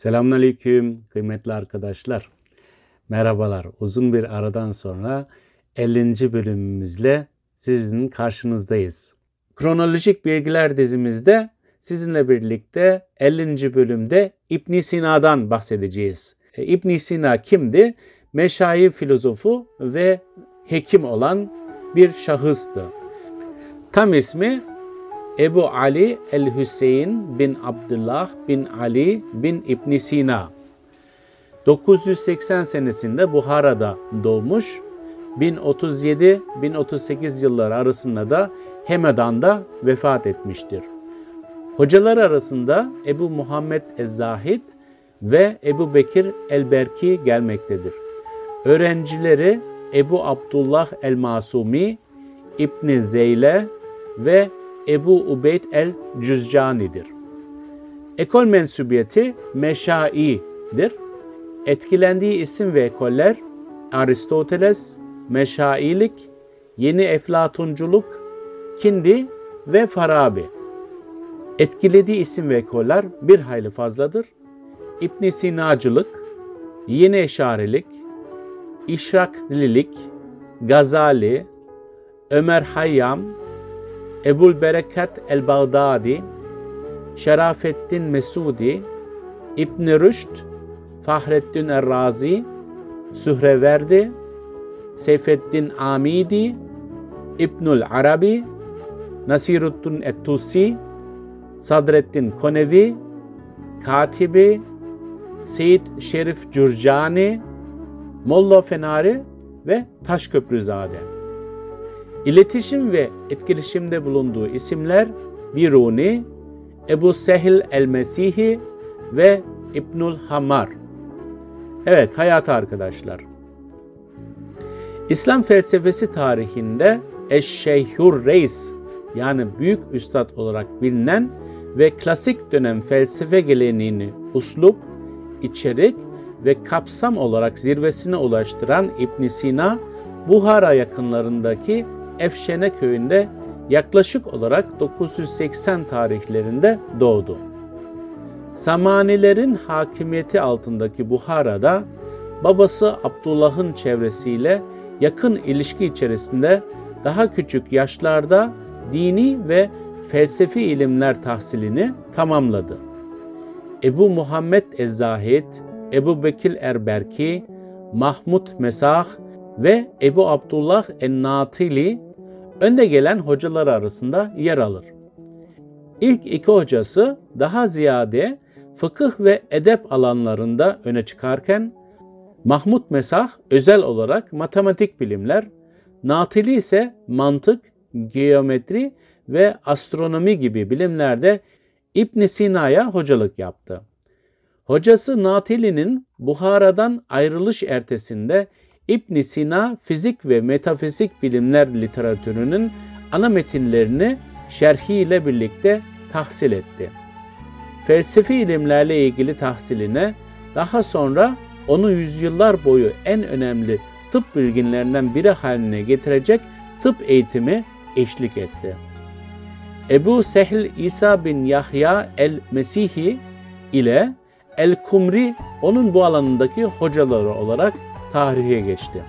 Selamünaleyküm kıymetli arkadaşlar. Merhabalar. Uzun bir aradan sonra 50. bölümümüzle sizin karşınızdayız. Kronolojik bilgiler dizimizde sizinle birlikte 50. bölümde İbn Sina'dan bahsedeceğiz. İbn Sina kimdi? Meşayi filozofu ve hekim olan bir şahıstı. Tam ismi Ebu Ali el-Hüseyin bin Abdullah bin Ali bin İbn Sina. 980 senesinde Buhara'da doğmuş. 1037-1038 yılları arasında da Hemedan'da vefat etmiştir. Hocaları arasında Ebu Muhammed Ez-Zahid ve Ebu Bekir el-Berki gelmektedir. Öğrencileri Ebu Abdullah el-Masumi, İbn Zeyle ve Ebu Ubeyd el-Cüzcani'dir. Ekol mensubiyeti Meşai'dir. Etkilendiği isim ve ekoller Aristoteles, Meşailik, Yeni Eflatunculuk, Kindi ve Farabi. Etkilediği isim ve ekoller bir hayli fazladır. İbn Sinacılık, Yeni Eşarilik, İşraklilik, Gazali, Ömer Hayyam, Ebul Berekat el-Bağdadi, Şerafettin Mesudi, İbn Rüşd, Fahreddin er-Razi, Sühreverdi, Seyfeddin Amidi, İbnül Arabi, Nasiruddin et-Tusi, Sadreddin Konevi, Katibi, Seyyid Şerif Cürcani, Molla Fenari ve Taşköprüzade. İletişim ve etkileşimde bulunduğu isimler Biruni, Ebu Sehil el-Mesihi ve İbnül Hammar. Evet, hayatı arkadaşlar. İslam felsefesi tarihinde Eş-Şeyhur Reis, yani büyük üstad olarak bilinen ve klasik dönem felsefe geleneğini uslup, içerik ve kapsam olarak zirvesine ulaştıran İbn Sina, Buhara yakınlarındaki Efşene köyünde yaklaşık olarak 980 tarihlerinde doğdu. Samanilerin hakimiyeti altındaki Buhara'da babası Abdullah'ın çevresiyle yakın ilişki içerisinde daha küçük yaşlarda dini ve felsefi ilimler tahsilini tamamladı. Ebu Muhammed Ez-Zahid, Ebu Bekir el-Berki, Mahmud Mesah ve Ebu Abdullah en-Natili önde gelen hocalar arasında yer alır. İlk iki hocası daha ziyade fıkıh ve edep alanlarında öne çıkarken, Mahmud Mesah özel olarak matematik bilimler, Natili ise mantık, geometri ve astronomi gibi bilimlerde İbn Sina'ya hocalık yaptı. Hocası Natili'nin Buhara'dan ayrılış ertesinde İbn Sina fizik ve metafizik bilimler literatürünün ana metinlerini şerhiyle birlikte tahsil etti. Felsefi ilimlerle ilgili tahsiline daha sonra onu yüzyıllar boyu en önemli tıp bilginlerinden biri haline getirecek tıp eğitimi eşlik etti. Ebu Sehl İsa bin Yahya el-Mesihi ile el-Kumri onun bu alanındaki hocaları olarak tarihe geçti.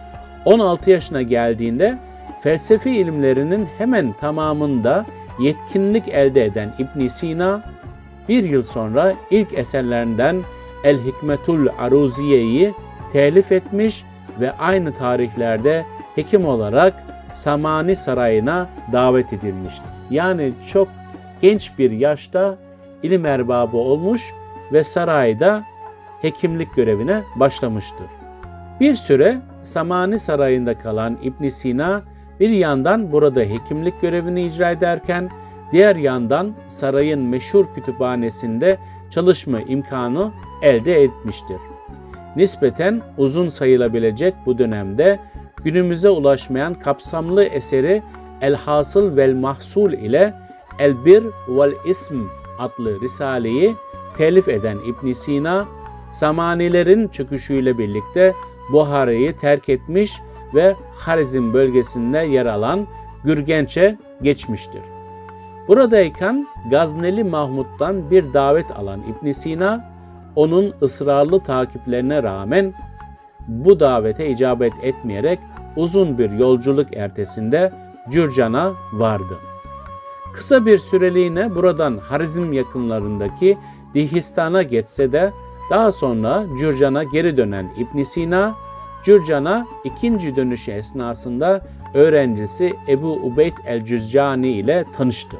16 yaşına geldiğinde felsefi ilimlerinin hemen tamamında yetkinlik elde eden İbn Sina, bir yıl sonra ilk eserlerinden El-Hikmetul Aruziye'yi telif etmiş ve aynı tarihlerde hekim olarak Samani Sarayı'na davet edilmişti. Yani çok genç bir yaşta ilim erbabı olmuş ve sarayda hekimlik görevine başlamıştır. Bir süre Samani Sarayı'nda kalan İbn Sina bir yandan burada hekimlik görevini icra ederken diğer yandan sarayın meşhur kütüphanesinde çalışma imkanı elde etmiştir. Nispeten uzun sayılabilecek bu dönemde günümüze ulaşmayan kapsamlı eseri El-Hasıl vel Mahsul ile El-Bir vel İsm adlı risaleyi telif eden İbn Sina, Samanilerin çöküşüyle birlikte Buhara'yı terk etmiş ve Harizm bölgesinde yer alan Gürgenç'e geçmiştir. Buradayken Gazneli Mahmud'dan bir davet alan İbn Sina, onun ısrarlı takiplerine rağmen bu davete icabet etmeyerek uzun bir yolculuk ertesinde Cürcan'a vardı. Kısa bir süreliğine buradan Harizm yakınlarındaki Dihistan'a geçse de daha sonra Cürcan'a geri dönen İbn Sina, Cürcan'a ikinci dönüşü esnasında öğrencisi Ebu Ubeyd el-Cüzcani ile tanıştı.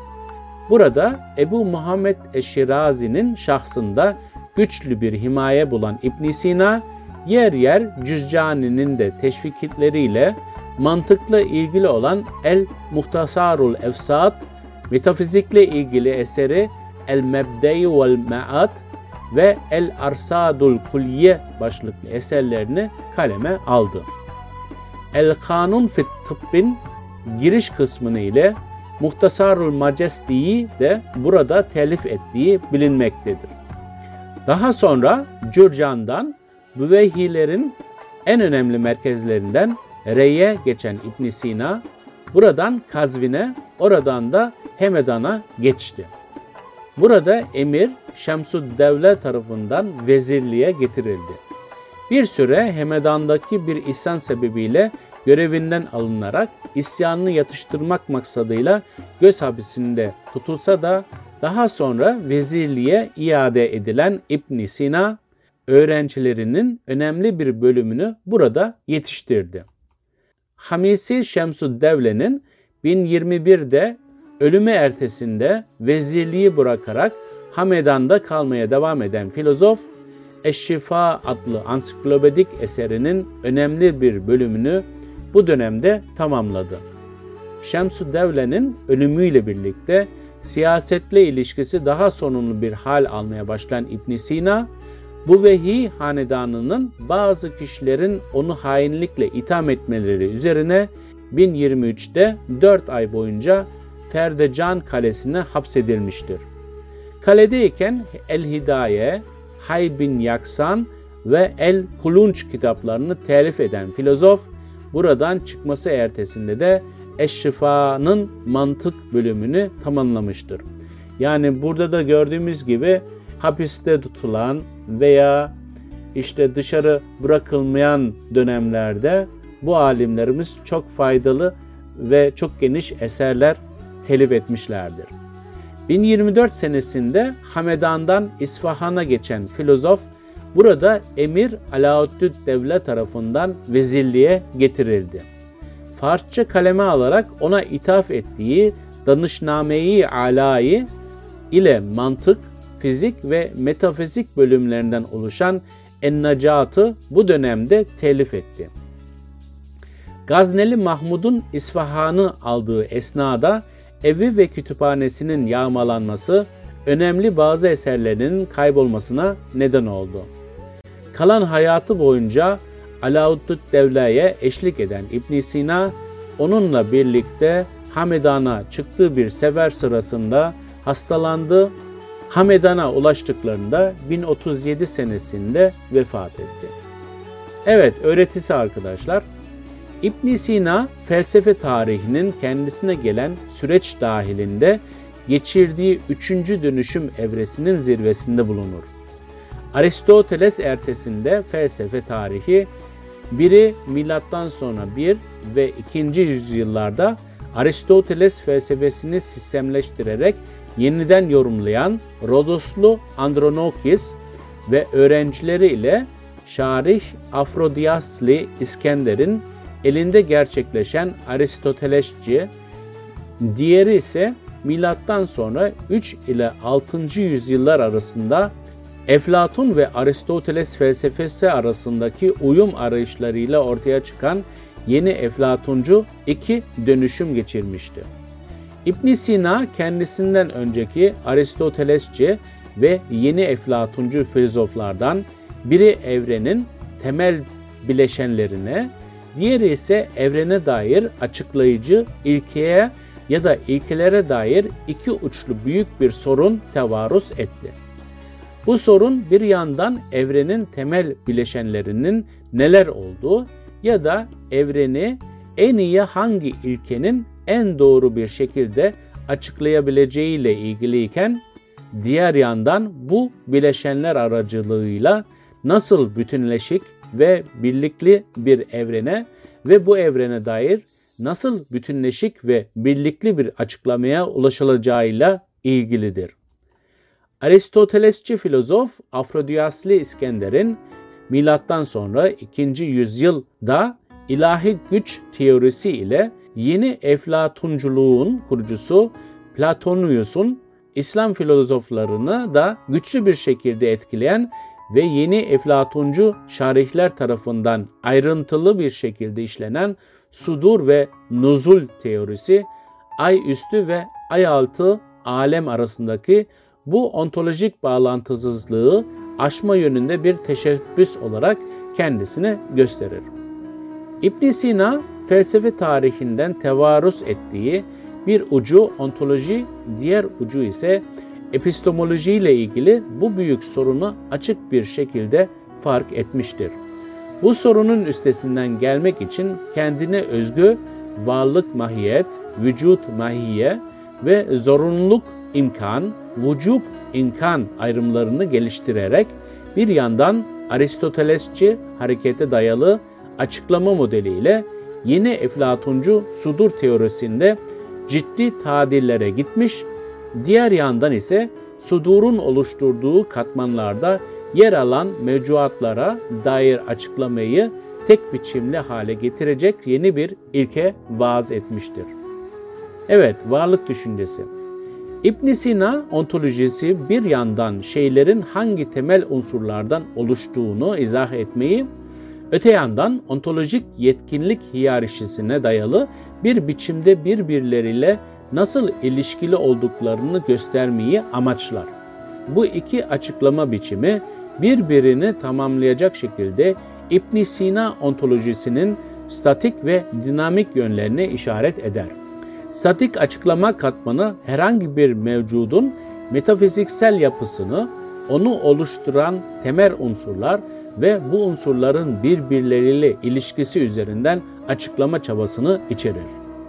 Burada Ebu Muhammed eş-Şirazi'nin şahsında güçlü bir himaye bulan İbn Sina, yer yer Cüzcani'nin de teşvikleriyle mantıkla ilgili olan El-Muhtasarul Efsat, metafizikle ilgili eseri El-Mebde' vel Me'at ve El-Arsadul Kulliye başlıklı eserlerini kaleme aldı. El-Kanun fit Tıbb'in giriş kısmını ile Muhtasarul Majesti'yi de burada telif ettiği bilinmektedir. Daha sonra Cürcan'dan Büveyhilerin en önemli merkezlerinden Rey'e geçen İbn Sina, buradan Kazvin'e, oradan da Hemedan'a geçti. Burada emir Şemsüddevle tarafından vezirliğe getirildi. Bir süre Hemedan'daki bir isyan sebebiyle görevinden alınarak isyanını yatıştırmak maksadıyla göz hapsinde tutulsa da daha sonra vezirliğe iade edilen İbn Sina, öğrencilerinin önemli bir bölümünü burada yetiştirdi. Hamisi Şemsüddevle'nin 1021'de ölümü ertesinde vezirliği bırakarak Hamedan'da kalmaya devam eden filozof, Eş-Şifa adlı ansiklopedik eserinin önemli bir bölümünü bu dönemde tamamladı. Şemsüddevle'nin ölümüyle birlikte siyasetle ilişkisi daha sorunlu bir hal almaya başlayan İbn Sina, Büveyhi hanedanının bazı kişilerin onu hainlikle itham etmeleri üzerine 1023'te 4 ay boyunca Ferdecan Kalesi'ne hapsedilmiştir. Kaledeyken El-Hidaye, Hay bin Yaksan ve El-Kulunç kitaplarını telif eden filozof, buradan çıkması ertesinde de Eş-Şifa'nın mantık bölümünü tamamlamıştır. Yani burada da gördüğümüz gibi hapiste tutulan veya işte dışarı bırakılmayan dönemlerde bu alimlerimiz çok faydalı ve çok geniş eserler telif etmişlerdir. 1024 senesinde Hamedan'dan İsfahan'a geçen filozof, burada Emir Alaaddüddevle tarafından vezirliğe getirildi. Farsça kaleme alarak ona ithaf ettiği Danışname-i Alâi ile mantık, fizik ve metafizik bölümlerinden oluşan En-Necat'ı bu dönemde telif etti. Gazneli Mahmud'un İsfahan'ı aldığı esnada evi ve kütüphanesinin yağmalanması önemli bazı eserlerinin kaybolmasına neden oldu. Kalan hayatı boyunca Alaaddüddevle'ye eşlik eden İbn Sina, onunla birlikte Hamedan'a çıktığı bir sefer sırasında hastalandı. Hamedan'a ulaştıklarında 1037 senesinde vefat etti. Evet, öğretisi arkadaşlar. İbn Sina felsefe tarihinin kendisine gelen süreç dahilinde geçirdiği 3. dönüşüm evresinin zirvesinde bulunur. Aristoteles ertesinde felsefe tarihi, biri milattan sonra 1 ve 2. yüzyıllarda Aristoteles felsefesini sistemleştirerek yeniden yorumlayan Rodoslu Andronokis ve öğrencileri ile Şarih Afrodiasli İskender'in elinde gerçekleşen Aristotelesçi, diğeri ise milattan sonra 3 ile 6. yüzyıllar arasında Eflatun ve Aristoteles felsefesi arasındaki uyum arayışlarıyla ortaya çıkan yeni Eflatuncu 2 dönüşüm geçirmişti. İbn Sina kendisinden önceki Aristotelesçi ve yeni Eflatuncu filozoflardan biri evrenin temel bileşenlerine, diğeri ise evrene dair açıklayıcı ilkeye ya da ilkelere dair iki uçlu büyük bir sorun tevarüz etti. Bu sorun bir yandan evrenin temel bileşenlerinin neler olduğu ya da evreni en iyi hangi ilkenin en doğru bir şekilde açıklayabileceği ile ilgiliyken, diğer yandan bu bileşenler aracılığıyla nasıl bütünleşik ve birlikli bir evrene ve bu evrene dair nasıl bütünleşik ve birlikli bir açıklamaya ulaşılacağıyla ilgilidir. Aristotelesçi filozof Afrodiyasli İskender'in milattan sonra 2. yüzyılda ilahi güç teorisi ile yeni Eflatunculuğun kurucusu Platonius'un İslam filozoflarını da güçlü bir şekilde etkileyen ve yeni Eflatuncu şarihler tarafından ayrıntılı bir şekilde işlenen sudur ve nuzul teorisi, ay üstü ve ay altı alem arasındaki bu ontolojik bağlantısızlığı aşma yönünde bir teşebbüs olarak kendisini gösterir. İbn Sina, felsefe tarihinden tevarüs ettiği bir ucu ontoloji, diğer ucu ise epistemoloji ile ilgili bu büyük sorunu açık bir şekilde fark etmiştir. Bu sorunun üstesinden gelmek için kendine özgü varlık mahiyet, vücut mahiye ve zorunluluk imkan, vücub imkan ayrımlarını geliştirerek bir yandan Aristotelesçi harekete dayalı açıklama modeliyle yeni Eflatuncu sudur teorisinde ciddi tadillere gitmiş, diğer yandan ise sudurun oluşturduğu katmanlarda yer alan mevcuatlara dair açıklamayı tek biçimli hale getirecek yeni bir ilke vaaz etmiştir. Evet, varlık düşüncesi. İbn Sina ontolojisi bir yandan şeylerin hangi temel unsurlardan oluştuğunu izah etmeyi, öte yandan ontolojik yetkinlik hiyerarşisine dayalı bir biçimde birbirleriyle nasıl ilişkili olduklarını göstermeyi amaçlar. Bu iki açıklama biçimi birbirini tamamlayacak şekilde İbn Sina ontolojisinin statik ve dinamik yönlerine işaret eder. Statik açıklama katmanı herhangi bir mevcudun metafiziksel yapısını, onu oluşturan temel unsurlar ve bu unsurların birbirleriyle ilişkisi üzerinden açıklama çabasını içerir.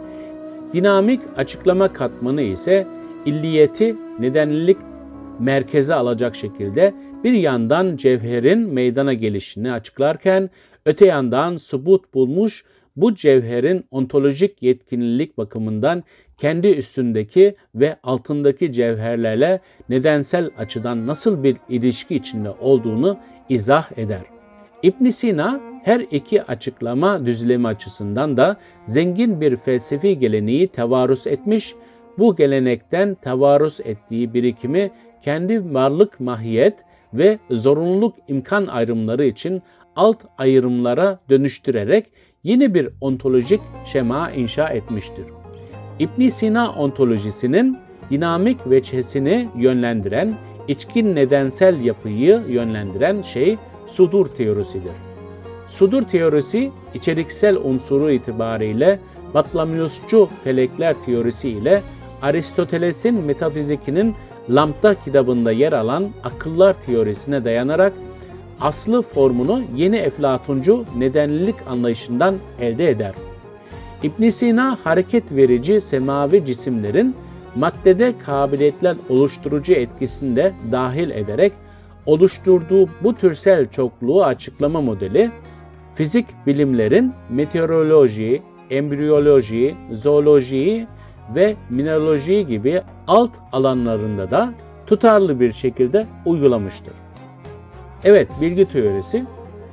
Dinamik açıklama katmanı ise illiyeti, nedenlilik merkeze alacak şekilde bir yandan cevherin meydana gelişini açıklarken öte yandan subut bulmuş bu cevherin ontolojik yetkinlik bakımından kendi üstündeki ve altındaki cevherlerle nedensel açıdan nasıl bir ilişki içinde olduğunu izah eder. İbn Sina her iki açıklama düzlemi açısından da zengin bir felsefi geleneği tevarüs etmiş, bu gelenekten tevarüs ettiği birikimi kendi varlık mahiyet ve zorunluluk imkan ayrımları için alt ayrımlara dönüştürerek yeni bir ontolojik şema inşa etmiştir. İbn Sina ontolojisinin dinamik veçhesini yönlendiren, içkin nedensel yapıyı yönlendiren şey sudur teorisidir. Sudur teorisi içeriksel unsuru itibariyle Batlamyusçu felekler teorisi ile Aristoteles'in metafizikinin Lambda kitabında yer alan akıllar teorisine dayanarak aslı formunu yeni Eflatuncu nedenlilik anlayışından elde eder. İbn Sina hareket verici semavi cisimlerin maddede kabiliyetler oluşturucu etkisini de dahil ederek oluşturduğu bu türsel çokluğu açıklama modeli, fizik bilimlerin meteoroloji, embriyoloji, zooloji ve mineraloji gibi alt alanlarında da tutarlı bir şekilde uygulamıştır. Evet, bilgi teorisi,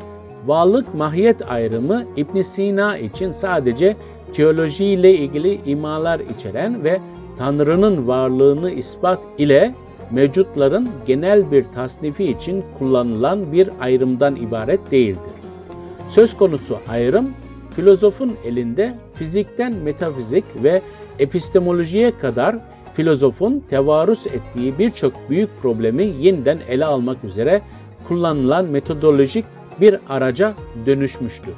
varlık mahiyet ayrımı İbn Sina için sadece teolojiyle ilgili imalar içeren ve Tanrı'nın varlığını ispat ile mevcutların genel bir tasnifi için kullanılan bir ayrımdan ibaret değildir. Söz konusu ayrım, filozofun elinde fizikten metafizik ve epistemolojiye kadar filozofun tevarüs ettiği birçok büyük problemi yeniden ele almak üzere kullanılan metodolojik bir araca dönüşmüştür.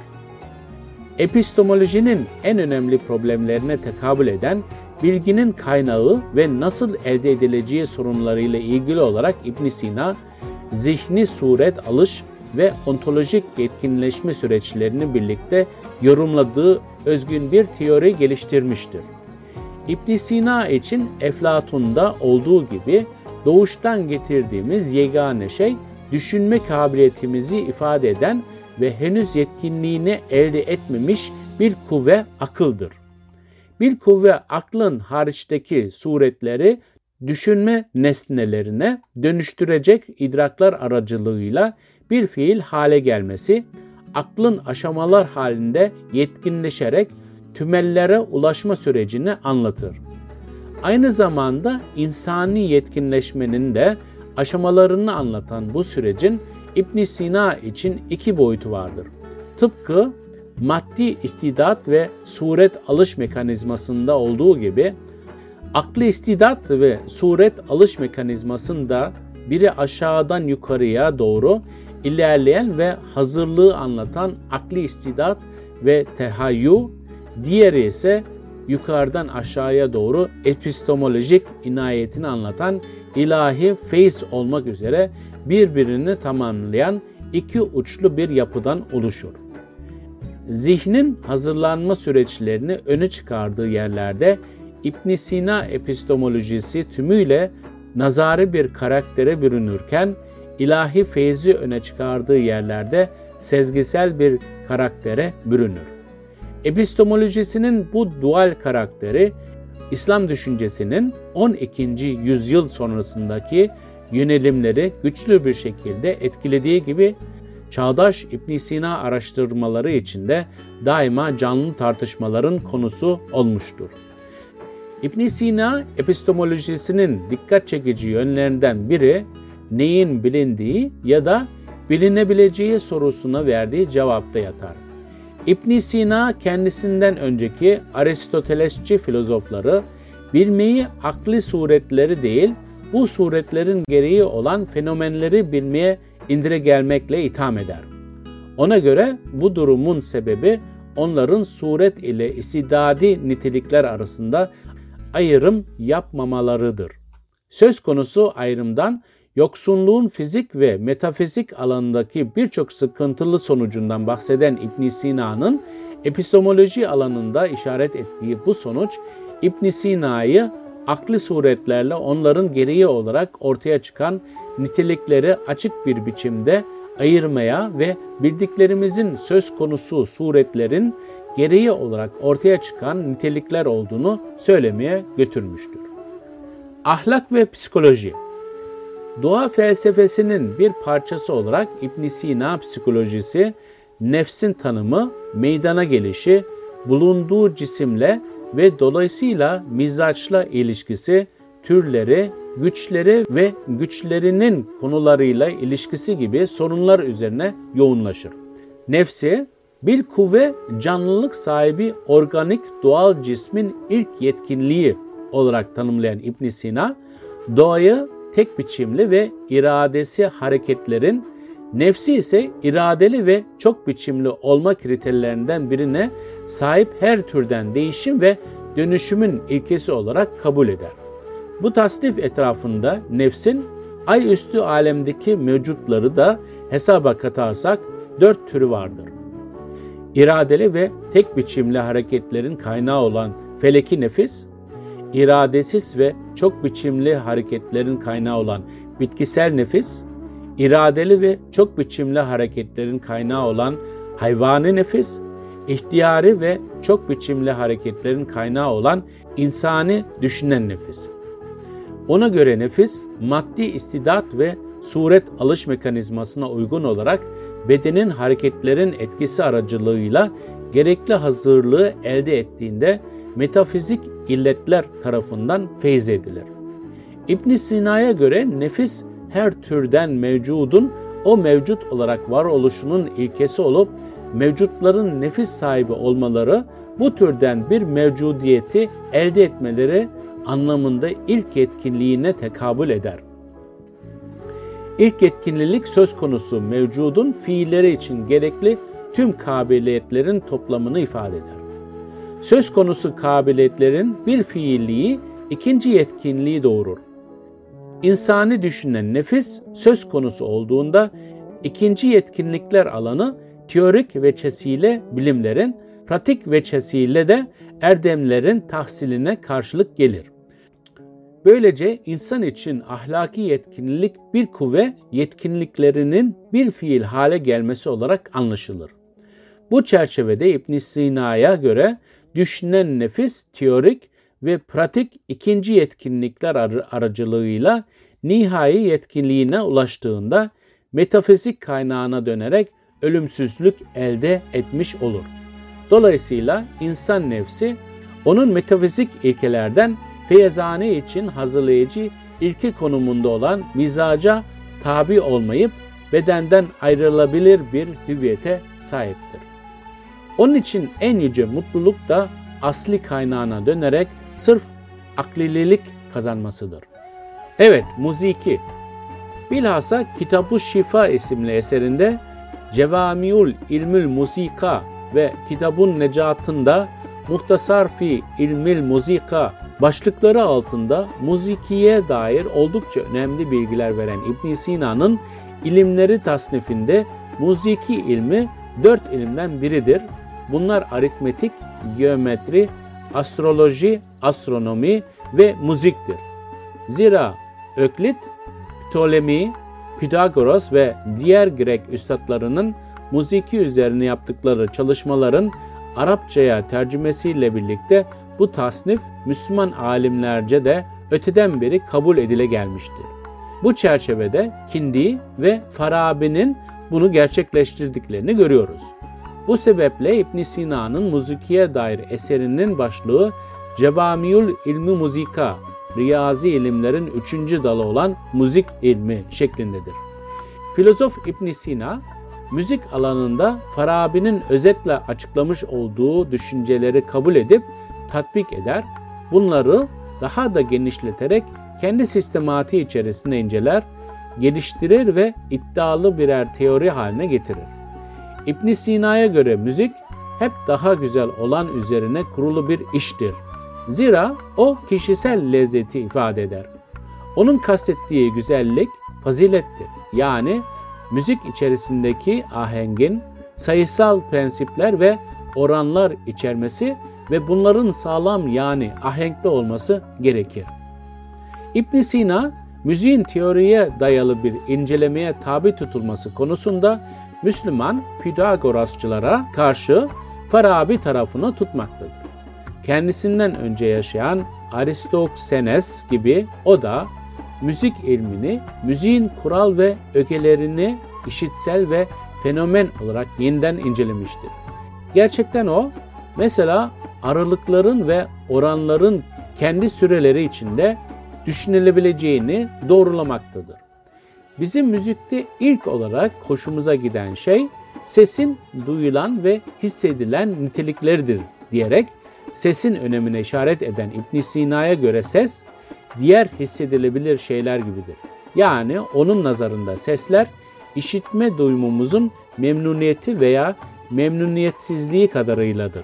Epistemolojinin en önemli problemlerine tekabül eden bilginin kaynağı ve nasıl elde edileceği sorunlarıyla ilgili olarak İbn Sina, zihni suret alış ve ontolojik yetkinleşme süreçlerini birlikte yorumladığı özgün bir teori geliştirmiştir. İbn Sina için Eflatun'da olduğu gibi doğuştan getirdiğimiz yegane şey, düşünme kabiliyetimizi ifade eden ve henüz yetkinliğini elde etmemiş bir kuvve akıldır. Bir kuvve aklın hariçteki suretleri düşünme nesnelerine dönüştürecek idraklar aracılığıyla bir fiil hale gelmesi, aklın aşamalar halinde yetkinleşerek tümellere ulaşma sürecini anlatır. Aynı zamanda insani yetkinleşmenin de aşamalarını anlatan bu sürecin İbn Sina için iki boyutu vardır. Tıpkı maddi istidat ve suret alış mekanizmasında olduğu gibi, akli istidat ve suret alış mekanizmasında biri aşağıdan yukarıya doğru ilerleyen ve hazırlığı anlatan akli istidat ve tehayyü, diğeri ise yukarıdan aşağıya doğru epistemolojik inayetini anlatan ilahi feyiz olmak üzere birbirini tamamlayan iki uçlu bir yapıdan oluşur. Zihnin hazırlanma süreçlerini öne çıkardığı yerlerde İbn Sina epistemolojisi tümüyle nazari bir karaktere bürünürken, ilahi feyzi öne çıkardığı yerlerde sezgisel bir karaktere bürünür. Epistemolojisinin bu dual karakteri, İslam düşüncesinin 12. yüzyıl sonrasındaki yönelimleri güçlü bir şekilde etkilediği gibi, çağdaş İbn Sina araştırmaları içinde daima canlı tartışmaların konusu olmuştur. İbn Sina epistemolojisinin dikkat çekici yönlerinden biri, neyin bilindiği ya da bilinebileceği sorusuna verdiği cevapta yatar. İbn Sina kendisinden önceki Aristotelesçi filozofları bilmeyi akli suretleri değil, bu suretlerin gereği olan fenomenleri bilmeye indirgemelmekle itham eder. Ona göre bu durumun sebebi onların suret ile istidadi nitelikler arasında ayrım yapmamalarıdır. Söz konusu ayrımdan yoksunluğun fizik ve metafizik alanındaki birçok sıkıntılı sonucundan bahseden İbn Sina'nın epistemoloji alanında işaret ettiği bu sonuç, İbn Sina'yı akli suretlerle onların gereği olarak ortaya çıkan nitelikleri açık bir biçimde ayırmaya ve bildiklerimizin söz konusu suretlerin gereği olarak ortaya çıkan nitelikler olduğunu söylemeye götürmüştür. Ahlak ve psikoloji. Doğa felsefesinin bir parçası olarak İbn Sina psikolojisi, nefsin tanımı, meydana gelişi, bulunduğu cisimle ve dolayısıyla mizaçla ilişkisi, türleri, güçleri ve güçlerinin konularıyla ilişkisi gibi sorunlar üzerine yoğunlaşır. Nefsi, bir kuvve canlılık sahibi organik doğal cismin ilk yetkinliği olarak tanımlayan İbn Sina, doğayı tek biçimli ve iradesi hareketlerin, nefsi ise iradeli ve çok biçimli olma kriterlerinden birine sahip her türden değişim ve dönüşümün ilkesi olarak kabul eder. Bu tasnif etrafında nefsin ay üstü alemdeki mevcutları da hesaba katarsak 4 türü vardır. İradeli ve tek biçimli hareketlerin kaynağı olan feleki nefis, iradesiz ve çok biçimli hareketlerin kaynağı olan bitkisel nefis, iradeli ve çok biçimli hareketlerin kaynağı olan hayvani nefis, ihtiyari ve çok biçimli hareketlerin kaynağı olan insani düşünen nefis. Ona göre nefis, maddi istidat ve suret alış mekanizmasına uygun olarak bedenin hareketlerin etkisi aracılığıyla gerekli hazırlığı elde ettiğinde metafizik illetler tarafından feyz edilir. İbn Sina'ya göre nefis her türden mevcudun o mevcut olarak varoluşunun ilkesi olup mevcutların nefis sahibi olmaları bu türden bir mevcudiyeti elde etmeleri anlamında ilk yetkinliğine tekabül eder. İlk yetkinlilik söz konusu mevcudun fiilleri için gerekli tüm kabiliyetlerin toplamını ifade eder. Söz konusu kabiliyetlerin bir fiilliği ikinci yetkinliği doğurur. İnsani düşünen nefis söz konusu olduğunda ikinci yetkinlikler alanı teorik veçesiyle bilimlerin, pratik veçesiyle de erdemlerin tahsiline karşılık gelir. Böylece insan için ahlaki yetkinlik bir kuvve yetkinliklerinin bir fiil hale gelmesi olarak anlaşılır. Bu çerçevede İbn Sina'ya göre düşünen nefis teorik ve pratik ikinci yetkinlikler aracılığıyla nihai yetkinliğine ulaştığında metafizik kaynağına dönerek ölümsüzlük elde etmiş olur. Dolayısıyla insan nefsi onun metafizik ilkelerden feyzane için hazırlayıcı ilke konumunda olan mizaca tabi olmayıp bedenden ayrılabilir bir hüviyete sahiptir. Onun için en yüce mutluluk da asli kaynağına dönerek sırf aklililik kazanmasıdır. Evet, musiki. Bilhassa Kitab-ı Şifa isimli eserinde Cevamiul İlmül Musika ve Kitab-ı Necat'ında Muhtasar fi İlmil Musika başlıkları altında muzikiye dair oldukça önemli bilgiler veren İbn Sina'nın ilimleri tasnifinde musiki ilmi 4 ilimden biridir. Bunlar aritmetik, geometri, astroloji, astronomi ve müziktir. Zira Öklit, Ptolemy, Pythagoras ve diğer Grek üstadlarının musiki üzerine yaptıkları çalışmaların Arapçaya tercümesiyle birlikte bu tasnif Müslüman alimlerce de öteden beri kabul edile gelmiştir. Bu çerçevede Kindi ve Farabi'nin bunu gerçekleştirdiklerini görüyoruz. Bu sebeple İbn Sina'nın muzikiye dair eserinin başlığı Cevamiul İlmi Musika, riyazi ilimlerin 3. dalı olan müzik ilmi şeklindedir. Filozof İbn Sina, müzik alanında Farabi'nin özetle açıklamış olduğu düşünceleri kabul edip tatbik eder, bunları daha da genişleterek kendi sistematiği içerisinde inceler, geliştirir ve iddialı birer teori haline getirir. İbn Sina'ya göre müzik hep daha güzel olan üzerine kurulu bir iştir. Zira o kişisel lezzeti ifade eder. Onun kastettiği güzellik fazilettir. Yani müzik içerisindeki ahengin sayısal prensipler ve oranlar içermesi ve bunların sağlam yani ahenkli olması gerekir. İbn Sina, müziğin teoriye dayalı bir incelemeye tabi tutulması konusunda Müslüman Pythagorasçılara karşı Farabi tarafını tutmaktadır. Kendisinden önce yaşayan Aristoxenes gibi o da müzik ilmini, müziğin kural ve ögelerini işitsel ve fenomen olarak yeniden incelemiştir. Gerçekten o, mesela aralıkların ve oranların kendi süreleri içinde düşünülebileceğini doğrulamaktadır. Bizim müzikte ilk olarak hoşumuza giden şey sesin duyulan ve hissedilen nitelikleridir diyerek sesin önemine işaret eden İbn Sina'ya göre ses diğer hissedilebilir şeyler gibidir. Yani onun nazarında sesler işitme duyumumuzun memnuniyeti veya memnuniyetsizliği kadarıyladır.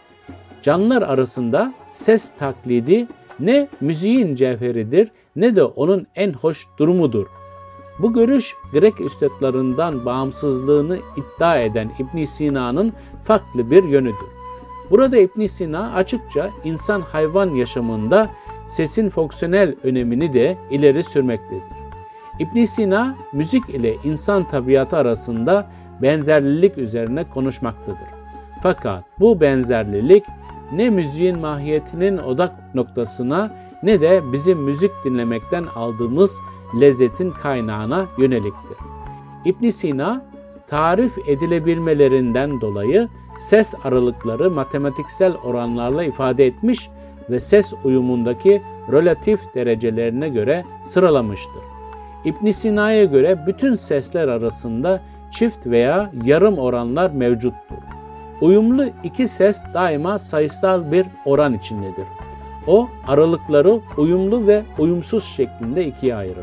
Canlılar arasında ses taklidi ne müziğin cevheridir ne de onun en hoş durumudur. Bu görüş Grek üstadlarından bağımsızlığını iddia eden İbn Sina'nın farklı bir yönüdür. Burada İbn Sina açıkça insan hayvan yaşamında sesin fonksiyonel önemini de ileri sürmektedir. İbn Sina müzik ile insan tabiatı arasında benzerlilik üzerine konuşmaktadır. Fakat bu benzerlilik ne müziğin mahiyetinin odak noktasına ne de bizim müzik dinlemekten aldığımız lezzetin kaynağına yöneliktir. İbn Sina, tarif edilebilmelerinden dolayı ses aralıkları matematiksel oranlarla ifade etmiş ve ses uyumundaki relatif derecelerine göre sıralamıştır. İbn Sina'ya göre bütün sesler arasında çift veya yarım oranlar mevcuttur. Uyumlu iki ses daima sayısal bir oran içindedir. O aralıkları uyumlu ve uyumsuz şeklinde ikiye ayırır.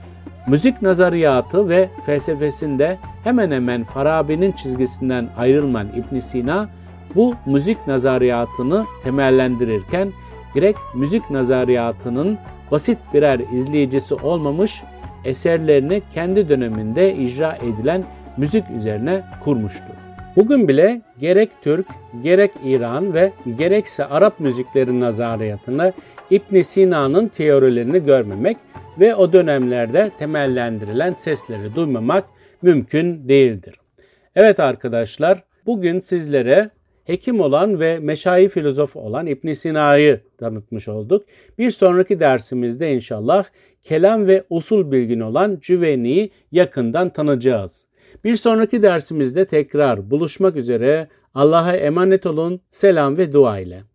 Müzik nazariyatı ve felsefesinde hemen hemen Farabi'nin çizgisinden ayrılmayan İbn Sina bu müzik nazariyatını temellendirirken Grek müzik nazariyatının basit birer izleyicisi olmamış, eserlerini kendi döneminde icra edilen müzik üzerine kurmuştur. Bugün bile gerek Türk, gerek İran ve gerekse Arap müzikleri nazariyatına İbn Sina'nın teorilerini görmemek ve o dönemlerde temellendirilen sesleri duymamak mümkün değildir. Evet arkadaşlar, bugün sizlere hekim olan ve meşayi filozof olan İbn Sina'yı tanıtmış olduk. Bir sonraki dersimizde inşallah kelam ve usul bilgin olan Cüveyni'yi yakından tanıyacağız. Bir sonraki dersimizde tekrar buluşmak üzere. Allah'a emanet olun. Selam ve dua ile.